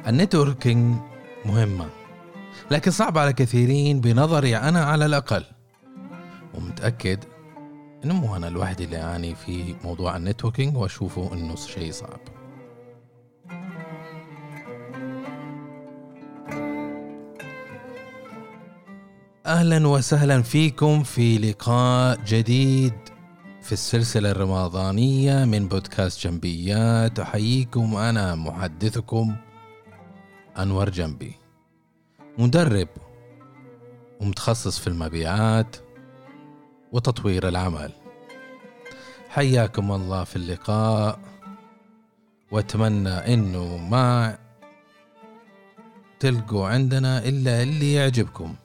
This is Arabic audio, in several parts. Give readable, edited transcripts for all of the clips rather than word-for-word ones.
النتوركينج مهمة، لكن صعب على كثيرين بنظري أنا على الأقل، ومتأكد إنه مو أنا الواحد اللي أعاني في موضوع النتوركينج وأشوفه إنه شيء صعب. أهلا وسهلا فيكم في لقاء جديد في السلسلة الرمضانية من بودكاست جنبيات. أحييكم، أنا محدثكم أنور جنبي، مدرب ومتخصص في المبيعات وتطوير العمل. حياكم الله في اللقاء، واتمنى إنه ما تلقوا عندنا إلا اللي يعجبكم.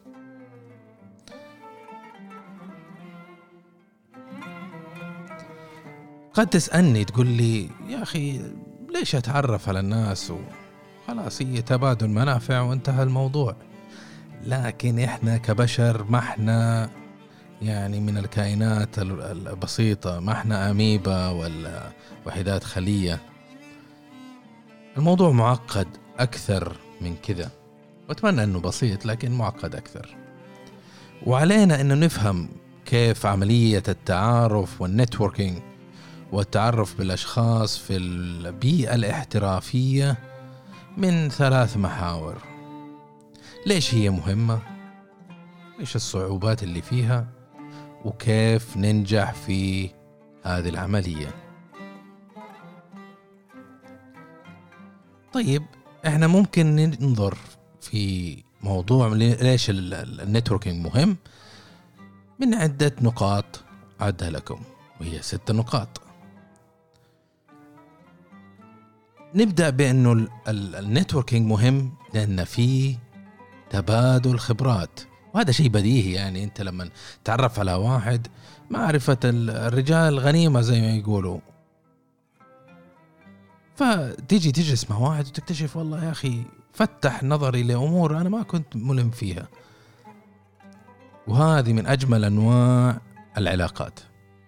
قد تسألني تقول لي يا أخي ليش أتعرف على الناس وخلاص هي تبادل منافع وانتهى الموضوع. لكن إحنا كبشر ما إحنا يعني من الكائنات البسيطة، ما إحنا أميبا ولا وحدات خلية. الموضوع معقد أكثر من كذا، وأتمنى أنه بسيط لكن معقد أكثر، وعلينا أنه نفهم كيف عملية التعارف والنتوركينج والتعرف بالأشخاص في البيئة الاحترافية من 3 محاور. ليش هي مهمة؟ إيش الصعوبات اللي فيها؟ وكيف ننجح في هذه العملية؟ طيب، إحنا ممكن ننظر في موضوع ليش النتوركينج مهم من عدة نقاط عدها لكم، وهي 6 نقاط. نبدأ بأنه النتوركينج مهم لأن فيه تبادل خبرات، وهذا شيء بديهي. يعني أنت لما تعرف على واحد، معرفة الرجال غنيمة زي ما يقولوا، فتيجي تجلس مع واحد وتكتشف والله يا أخي فتح نظري لأمور أنا ما كنت ملم فيها، وهذه من أجمل أنواع العلاقات.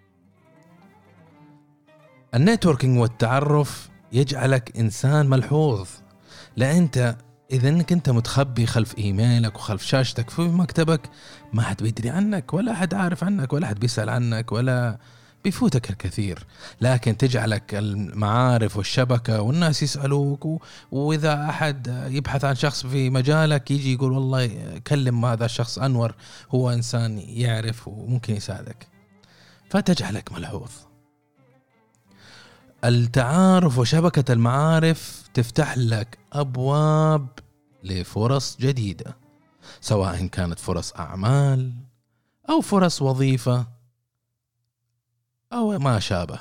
النتوركينج والتعرف يجعلك إنسان ملحوظ، لأنت إذا أنك أنت متخبي خلف إيميلك وخلف شاشتك في مكتبك، ما حد بيدري عنك ولا حد عارف عنك ولا حد بيسأل عنك ولا بيفوتك الكثير. لكن تجعلك المعارف والشبكة والناس يسألوك، وإذا أحد يبحث عن شخص في مجالك يجي يقول والله كلم هذا الشخص أنور، هو إنسان يعرف وممكن يساعدك، فتجعلك ملحوظ. التعارف وشبكة المعارف تفتح لك أبواب لفرص جديدة، سواء كانت فرص أعمال أو فرص وظيفة أو ما شابه.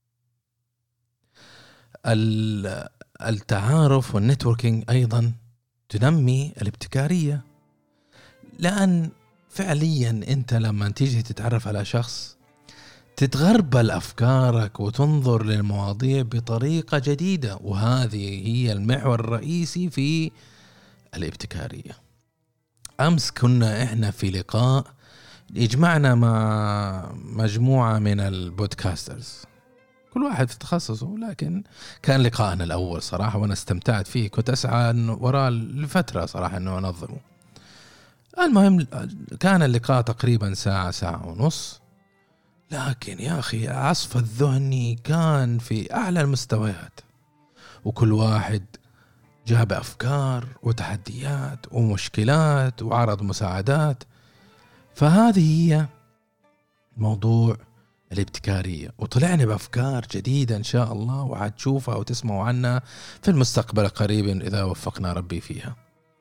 التعارف والنتوركينج أيضا تنمي الابتكارية، لأن فعليا أنت لما تيجي تتعرف على شخص تتغربل أفكارك وتنظر للمواضيع بطريقة جديدة، وهذه هي المحور الرئيسي في الابتكارية. أمس كنا إحنا في لقاء يجمعنا مع مجموعة من البودكاسترز، كل واحد في تخصصه، لكن كان لقاءنا الأول صراحة وأنا استمتعت فيه، كنت أسعى وراء لفترة صراحة أنه أنظمه. المهم كان اللقاء تقريبا ساعة ونص، لكن يا أخي عصف الذهني كان في أعلى المستويات، وكل واحد جاب أفكار وتحديات ومشكلات وعرض مساعدات. فهذه هي موضوع الابتكارية، وطلعنا بأفكار جديدة إن شاء الله، وهتشوفها وتسمعوا عنها في المستقبل القريب إذا وفقنا ربي فيها.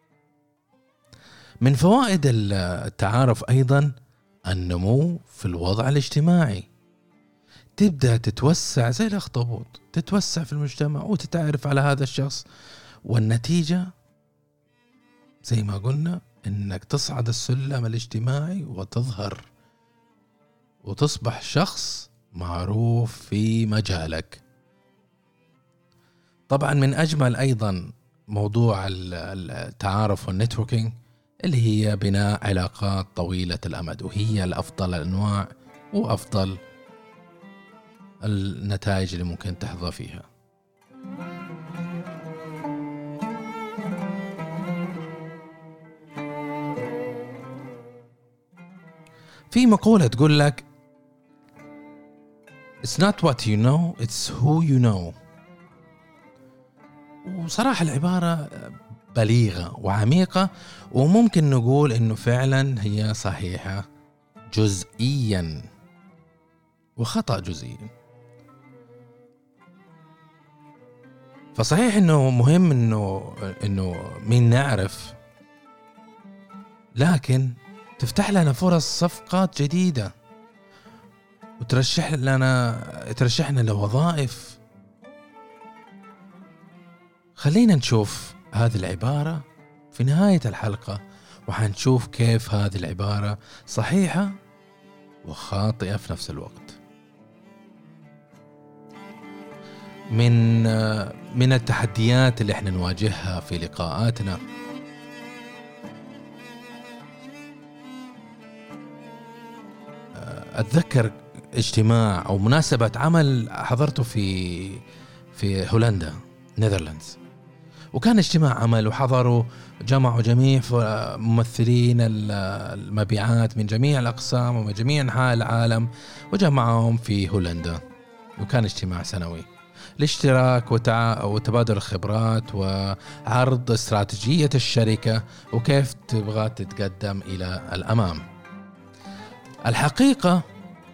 من فوائد التعارف أيضا النمو في الوضع الاجتماعي، تبدأ تتوسع زي الأخطبوط، تتوسع في المجتمع وتتعرف على هذا الشخص، والنتيجة زي ما قلنا إنك تصعد السلم الاجتماعي وتظهر وتصبح شخص معروف في مجالك. طبعا من أجمل أيضا موضوع التعارف والنتوركينج اللي هي بناء علاقات طويلة الأمد، وهي الأفضل الأنواع وأفضل النتائج اللي ممكن تحظى فيها. في مقولة تقول لك It's not what you know, it's who you know. وصراحة العبارة بليغة وعميقة، وممكن نقول إنه فعلا هي صحيحة جزئيا وخطأ جزئيا. فصحيح إنه مهم إنه مين نعرف، لكن تفتح لنا فرص صفقات جديدة وترشحنا لوظائف. خلينا نشوف هذه العبارة في نهاية الحلقة، وحنشوف كيف هذه العبارة صحيحة وخاطئة في نفس الوقت. من التحديات اللي احنا نواجهها في لقاءاتنا أتذكر اجتماع أو مناسبة عمل حضرته في هولندا نيذرلاندز، وكان اجتماع عمل وحضروا جمعوا جميع ممثلين المبيعات من جميع الأقسام ومن جميع أنحاء العالم وجمعهم في هولندا، وكان اجتماع سنوي لاشتراك وتبادل الخبرات وعرض استراتيجية الشركة وكيف تبغى تتقدم إلى الأمام. الحقيقة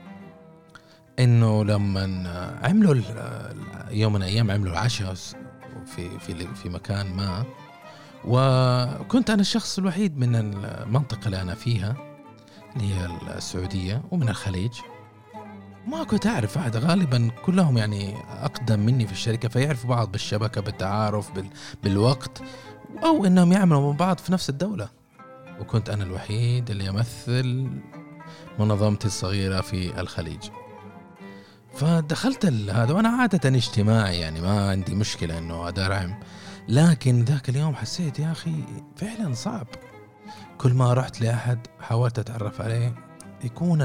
إنه لما عملوا يوم من الأيام عملوا العشاء في مكان ما، وكنت أنا الشخص الوحيد من المنطقة اللي أنا فيها اللي هي السعودية ومن الخليج، ما كنت أعرف أحد، غالبا كلهم يعني أقدم مني في الشركة فيعرفوا بعض بالشبكة بالتعارف بالوقت، أو إنهم يعملوا مع بعض في نفس الدولة، وكنت أنا الوحيد اللي يمثل منظمتي الصغيرة في الخليج. فدخلت هذا وأنا عادة اجتماعي، يعني ما عندي مشكلة إنه أدرعم، لكن ذاك اليوم حسيت يا أخي فعلا صعب. كل ما رحت لأحد حاولت أتعرف عليه يكون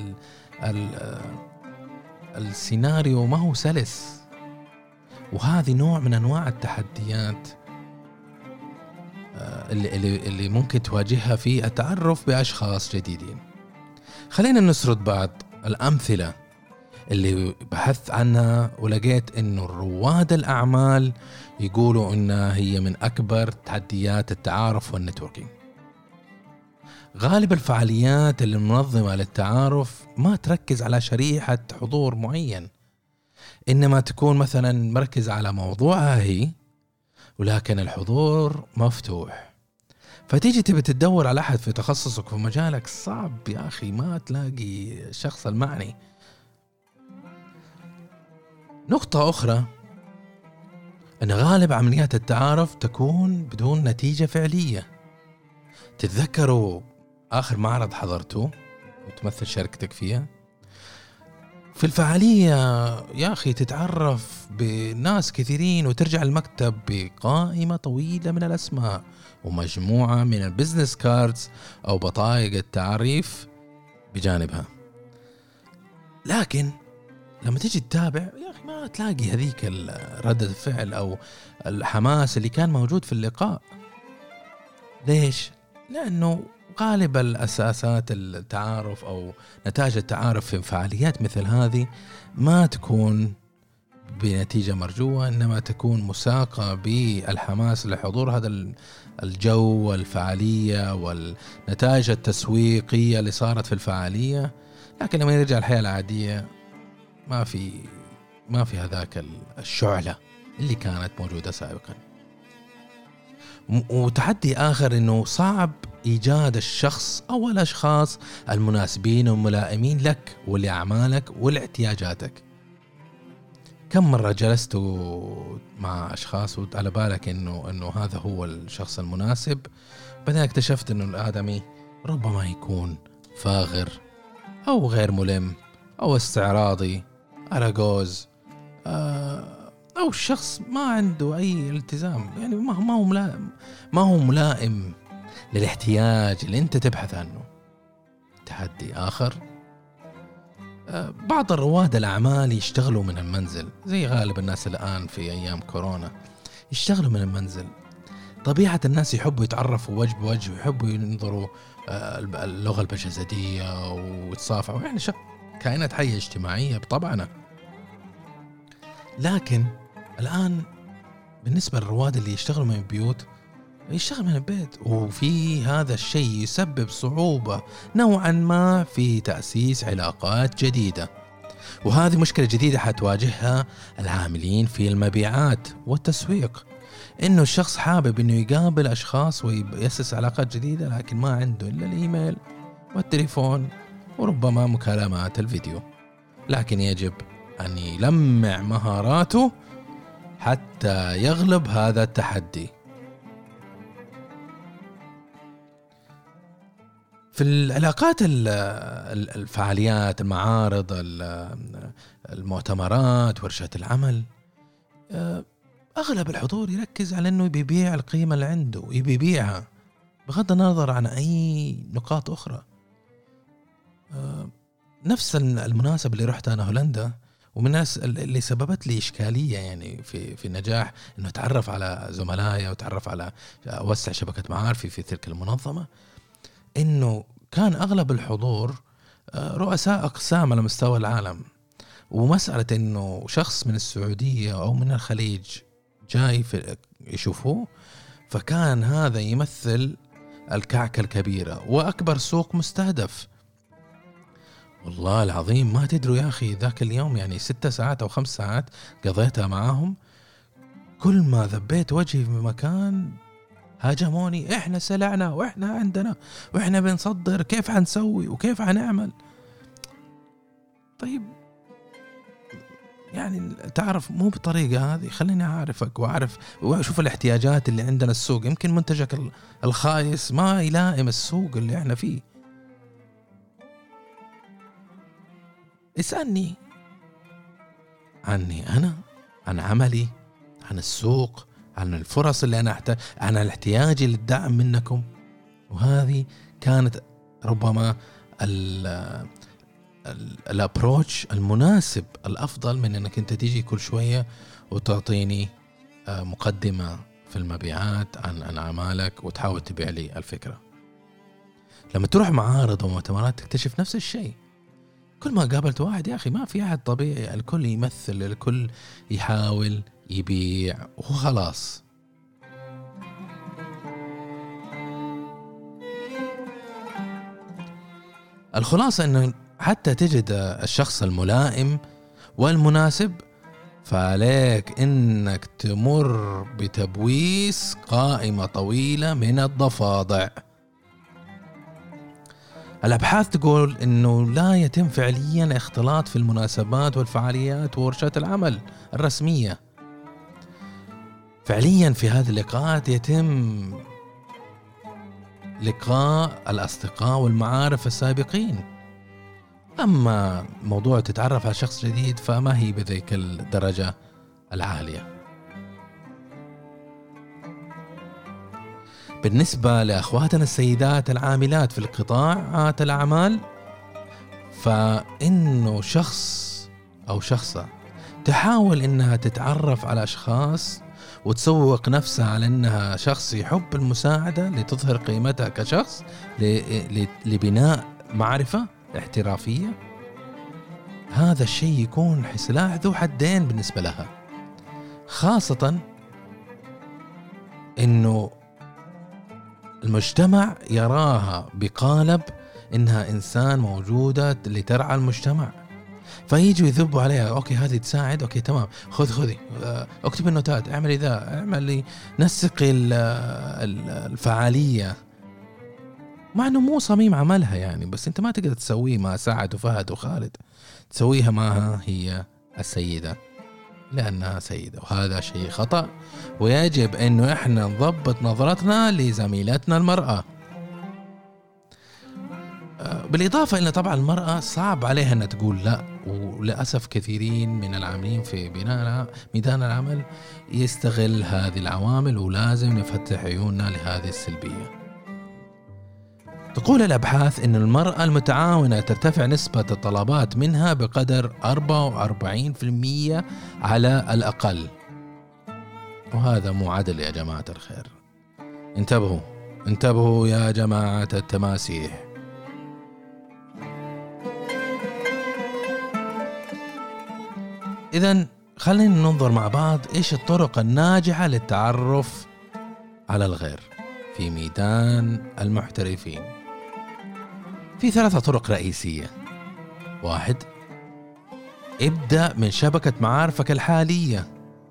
السيناريو ما هو سلس، وهذه نوع من أنواع التحديات اللي ممكن تواجهها في التعرف بأشخاص جديدين. خلينا نسرد بعض الأمثلة اللي بحثت عنها، ولقيت إنه رواد الأعمال يقولوا إنها هي من أكبر تحديات التعارف والنتوركينج. غالب الفعاليات اللي منظمة للتعارف ما تركز على شريحة حضور معين، إنما تكون مثلا مركز على موضوعها هي، ولكن الحضور مفتوح. فتيجي تبي تدور على أحد في تخصصك في مجالك، صعب يا أخي ما تلاقي الشخص المعني. نقطة أخرى أن غالب عمليات التعارف تكون بدون نتيجة فعلية. تتذكروا آخر معرض حضرته وتمثل شركتك فيها، في الفعالية يا أخي تتعرف بناس كثيرين وترجع المكتب بقائمة طويلة من الأسماء ومجموعة من البزنس كاردز أو بطايق التعريف بجانبها، لكن لما تيجي تتابع يا أخي ما تلاقي هذيك ردة الفعل أو الحماس اللي كان موجود في اللقاء. ليش؟ لأنه غالب الأساسات التعارف أو نتائج التعارف في فعاليات مثل هذه ما تكون بنتيجة مرجوة، إنما تكون مساقة بالحماس لحضور هذا الجو والفعالية والنتائج التسويقية اللي صارت في الفعالية. لكن لما يرجع الحياة العادية ما في هذاك الشعلة اللي كانت موجودة سابقا. وتحدي آخر إنه صعب إيجاد الشخص أو الأشخاص المناسبين والملائمين لك ولأعمالك ولاحتياجاتك. كم مرة جلست مع أشخاص وعلى بالك إنه هذا هو الشخص المناسب، بعدين اكتشفت إنه الآدمي ربما يكون فاغر أو غير ملم أو استعراضي أراجوز، أو الشخص ما عنده أي التزام، يعني ما هو ملائم للاحتياج اللي أنت تبحث عنه. تحدي آخر، بعض رواد الأعمال يشتغلوا من المنزل، زي غالب الناس الآن في أيام كورونا يشتغلوا من المنزل. طبيعة الناس يحبوا يتعرفوا وجه بوجه ويحبوا ينظروا اللغة الجسدية وتصافحوا، يعني كائنات حية اجتماعية بطبعنا. لكن الآن بالنسبة للرواد اللي يشتغلوا من البيوت، يشتغل من البيت، وفي هذا الشيء يسبب صعوبة نوعا ما في تأسيس علاقات جديدة. وهذه مشكلة جديدة حتواجهها العاملين في المبيعات والتسويق، إنه الشخص حابب إنه يقابل أشخاص ويأسس علاقات جديدة، لكن ما عنده إلا الإيميل والتليفون وربما مكالمات الفيديو. لكن يجب أن يلمع مهاراته حتى يغلب هذا التحدي. في العلاقات، الفعاليات، المعارض، المؤتمرات، ورشات العمل، أغلب الحضور يركز على أنه يبيع القيمة اللي عنده، يبيعها بغض النظر عن أي نقاط أخرى. نفس المناسبة اللي رحت أنا هولندا، ومن الناس اللي سببت لي إشكالية يعني في النجاح، إنه أتعرف على زملائي وتعرف على أوسع شبكة معارفي في تلك المنظمة، إنه كان أغلب الحضور رؤساء أقسام على مستوى العالم. ومسألة إنه شخص من السعودية أو من الخليج جاي يشوفوه، فكان هذا يمثل الكعكة الكبيرة وأكبر سوق مستهدف. والله العظيم ما تدروا يا أخي، ذاك اليوم يعني 6 ساعات أو 5 ساعات قضيتها معاهم، كل ما ذبيت وجهي في مكان هاجموني، إحنا سلعنا وإحنا عندنا وإحنا بنصدر، كيف هنسوي وكيف هنعمل. طيب يعني تعرف مو بطريقة هذه، خليني أعرفك وأعرف وأشوف الاحتياجات اللي عندنا السوق. يمكن منتجك الخايس ما يلائم السوق اللي احنا فيه. اسألني عني أنا، عن عملي، عن السوق، عن الفرص اللي أنا أحتاج، عن الاحتياج للدعم منكم. وهذه كانت ربما الابروتش المناسب الأفضل من أنك أنت تيجي كل شوية وتعطيني مقدمة في المبيعات عن أعمالك وتحاول تبيع لي الفكرة. لما تروح معارض ومؤتمرات تكتشف نفس الشيء. كل ما قابلت واحد يا أخي ما في أحد طبيعي، الكل يمثل، الكل يحاول يبيع وخلاص. الخلاصة أنه حتى تجد الشخص الملائم والمناسب، فعليك أنك تمر بتبويس قائمة طويلة من الضفادع. الأبحاث تقول أنه لا يتم فعليا اختلاط في المناسبات والفعاليات وورشات العمل الرسمية. فعليا في هذه اللقاءات يتم لقاء الأصدقاء والمعارف السابقين. أما موضوع تتعرف على شخص جديد فما هي بذيك الدرجة العالية. بالنسبة لأخواتنا السيدات العاملات في القطاعات الأعمال، فإنه شخص أو شخصة تحاول إنها تتعرف على أشخاص وتسوق نفسها على إنها شخص يحب المساعدة لتظهر قيمتها كشخص لبناء معرفة احترافية، هذا الشيء يكون سلاح ذو حدين بالنسبة لها، خاصة إنه المجتمع يراها بقالب إنها إنسان موجودة لترعى المجتمع، فييجوا يذبوا عليها. أوكي هذه تساعد، أوكي تمام، خذي اكتب النوتات، اعملي ذا، اعملي، نسقي الفعالية، مع أنه مو صميم عملها يعني، بس أنت ما تقدر تسويه مع سعد وفهد وخالد، تسويها معها هي السيدة لأنها سيدة، وهذا شيء خطأ. ويجب أنه إحنا نضبط نظرتنا لزميلتنا المرأة. بالإضافة إلى طبعا المرأة صعب عليها أن تقول لا، وللأسف كثيرين من العاملين في بناء ميدان العمل يستغل هذه العوامل، ولازم نفتح عيوننا لهذه السلبية. تقول الأبحاث أن المرأة المتعاونة ترتفع نسبة الطلبات منها بقدر 44% على الأقل، وهذا مو عدل يا جماعة الخير. انتبهوا، انتبهوا يا جماعة التماسيح. إذن خلينا ننظر مع بعض إيش الطرق الناجحة للتعرف على الغير في ميدان المحترفين. في 3 طرق رئيسية. 1، ابدأ من شبكة معارفك الحالية.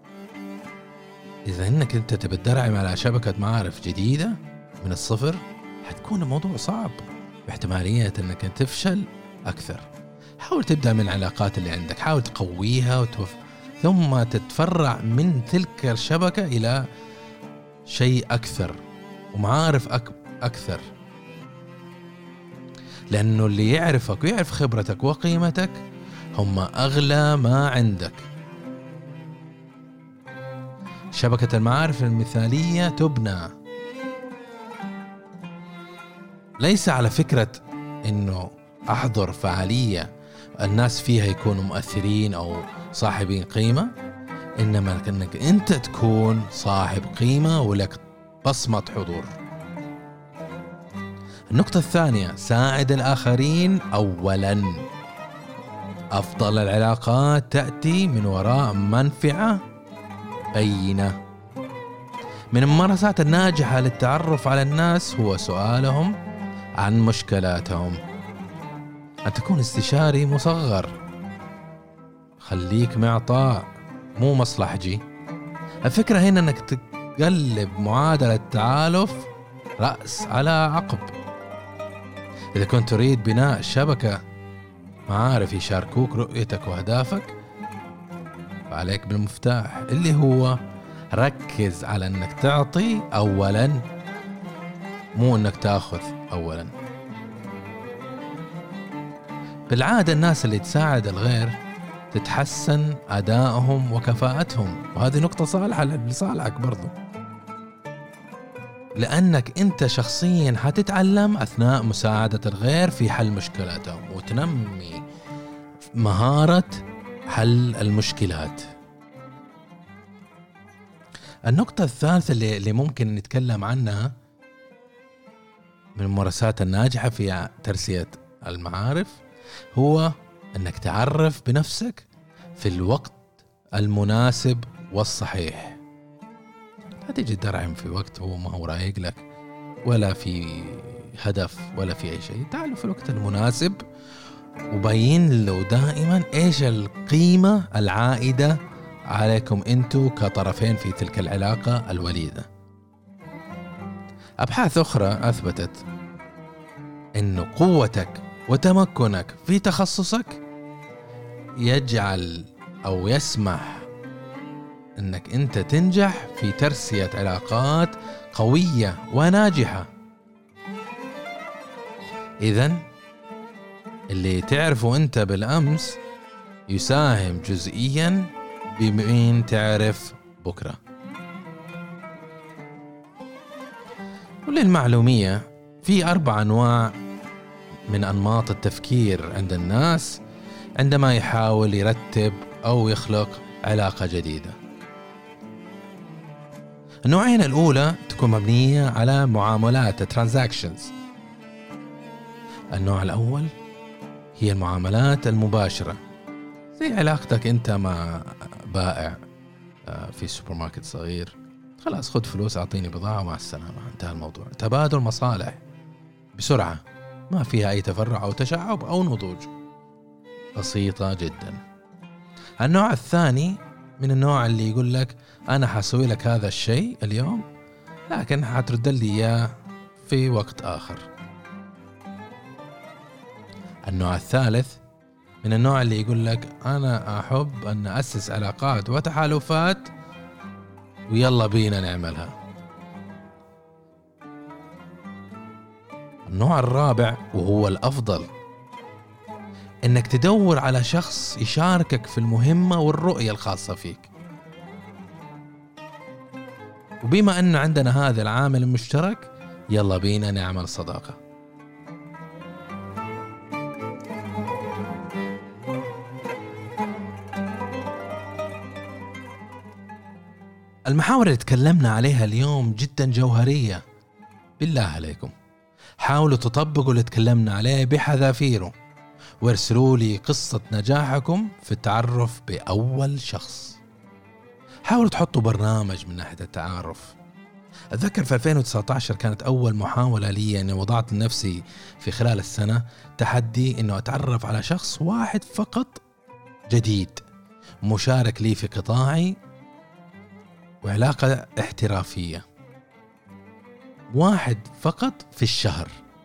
إذا إنك أنت تبدرعم على شبكة معارف جديدة من الصفر، حتكون الموضوع صعب، باحتمالية أنك تفشل أكثر. حاول تبدأ من العلاقات اللي عندك، حاول تقويها ثم تتفرع من تلك الشبكة إلى شيء أكثر ومعارف أكثر، لأنه اللي يعرفك ويعرف خبرتك وقيمتك هم أغلى ما عندك. شبكة المعارف المثالية تبنى ليس على فكرة إنه أحضر فعالية الناس فيها يكونوا مؤثرين أو صاحبين قيمة، إنما أنك أنت تكون صاحب قيمة ولك بصمة حضور. النقطة الثانية، ساعد الآخرين أولاً. أفضل العلاقات تأتي من وراء منفعة بينة. من الممارسات الناجحة للتعرف على الناس هو سؤالهم عن مشكلاتهم. أن تكون استشاري مصغر، خليك معطاء مو مصلحجي. الفكرة هنا أنك تقلب معادلة التعالف رأس على عقب. إذا كنت تريد بناء شبكة معارف يشاركوك رؤيتك وأهدافك، فعليك بالمفتاح اللي هو ركز على أنك تعطي أولا، مو أنك تأخذ أولا. بالعادة الناس اللي تساعد الغير تتحسن أدائهم وكفاءتهم، وهذه نقطة صالحة لصالحك برضو، لأنك أنت شخصيا حتتعلم أثناء مساعدة الغير في حل مشكلاتهم وتنمي مهارة حل المشكلات. النقطة الثالثة اللي ممكن نتكلم عنها من الممارسات الناجحة في ترسية المعارف هو أنك تعرف بنفسك في الوقت المناسب والصحيح. لا تيجي تدرعم في وقت هو ما هو رايق لك ولا في هدف ولا في أي شيء. تعالوا في الوقت المناسب وبين له دائما إيش القيمة العائدة عليكم أنتوا كطرفين في تلك العلاقة الوليدة. أبحاث أخرى أثبتت أن قوتك وتمكنك في تخصصك يجعل أو يسمح أنك أنت تنجح في ترسية علاقات قوية وناجحة. إذن اللي تعرفه أنت بالأمس يساهم جزئيا بمين تعرف بكرة. وللمعلومية في 4 أنواع من أنماط التفكير عند الناس عندما يحاول يرتب أو يخلق علاقة جديدة. النوعين الأولى تكون مبنية على معاملات transactions. النوع الأول هي المعاملات المباشرة، زي علاقتك أنت مع بائع في سوبر ماركت صغير. خلاص خد فلوس أعطيني بضاعة ومع السلامة، انتهى الموضوع. تبادل مصالح بسرعة، ما فيها أي تفرع أو تشعب أو نضوج، بسيطة جدا. النوع الثاني من النوع اللي يقول لك أنا حسوي لك هذا الشيء اليوم لكن حترد لي إياه في وقت آخر. النوع الثالث من النوع اللي يقول لك أنا أحب أن أسس علاقات وتحالفات ويلا بينا نعملها. النوع الرابع وهو الأفضل، إنك تدور على شخص يشاركك في المهمة والرؤية الخاصة فيك. وبما أن عندنا هذا العامل المشترك يلا بينا نعمل صداقة. المحاور اللي تكلمنا عليها اليوم جدا جوهرية بالله عليكم حاولوا تطبقوا اللي تكلمنا عليه بحذافيره، وارسلوا لي قصة نجاحكم في التعرف بأول شخص. حاولوا تحطوا برنامج من ناحية التعارف. أتذكر في 2019 كانت أول محاولة لي أني وضعت لنفسي في خلال السنة تحدي أنه أتعرف على شخص واحد فقط جديد مشارك لي في قطاعي وعلاقة احترافية، واحد فقط في الشهر.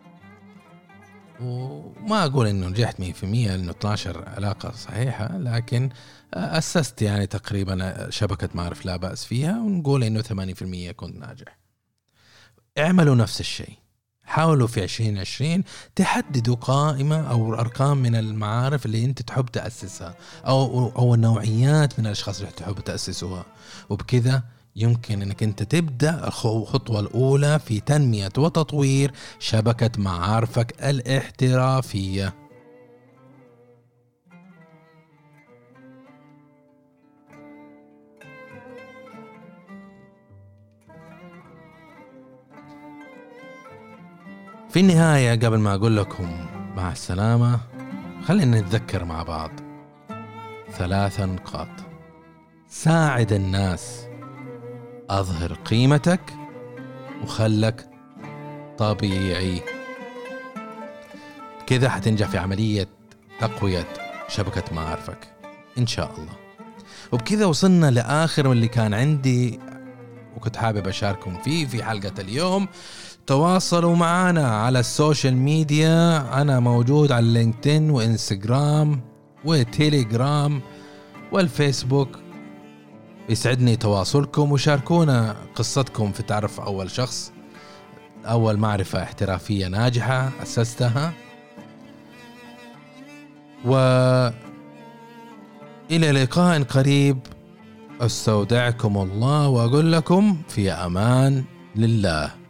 وما أقول إنه نجحت 100% لأنه 12 علاقة صحيحة، لكن أسست يعني تقريبا شبكة معرف لا بأس فيها، ونقول إنه 80% كنت ناجح. اعملوا نفس الشيء. حاولوا في 2020 تحددوا قائمة أو أرقام من المعارف اللي أنت تحب تأسسها، أو النوعيات من الأشخاص اللي تحب تأسسوها، وبكذا يمكن أنك أنت تبدأ الخطوة الأولى في تنمية وتطوير شبكة معارفك الاحترافية. في النهاية قبل ما أقول لكم مع السلامة، خلينا نتذكر مع بعض 3 نقاط. ساعد الناس، أظهر قيمتك، وخلك طبيعي. كذا حتنجح في عملية تقوية شبكة معارفك إن شاء الله. وبكذا وصلنا لآخر اللي كان عندي وكنت حابب أشارككم فيه في حلقة اليوم. تواصلوا معنا على السوشيال ميديا، أنا موجود على لينكدين وإنستغرام وتيليجرام والفيسبوك. يسعدني تواصلكم، وشاركونا قصتكم في تعرف أول شخص، أول معرفة احترافية ناجحة أسستها. وإلى لقاء قريب، أستودعكم الله وأقول لكم في أمان لله.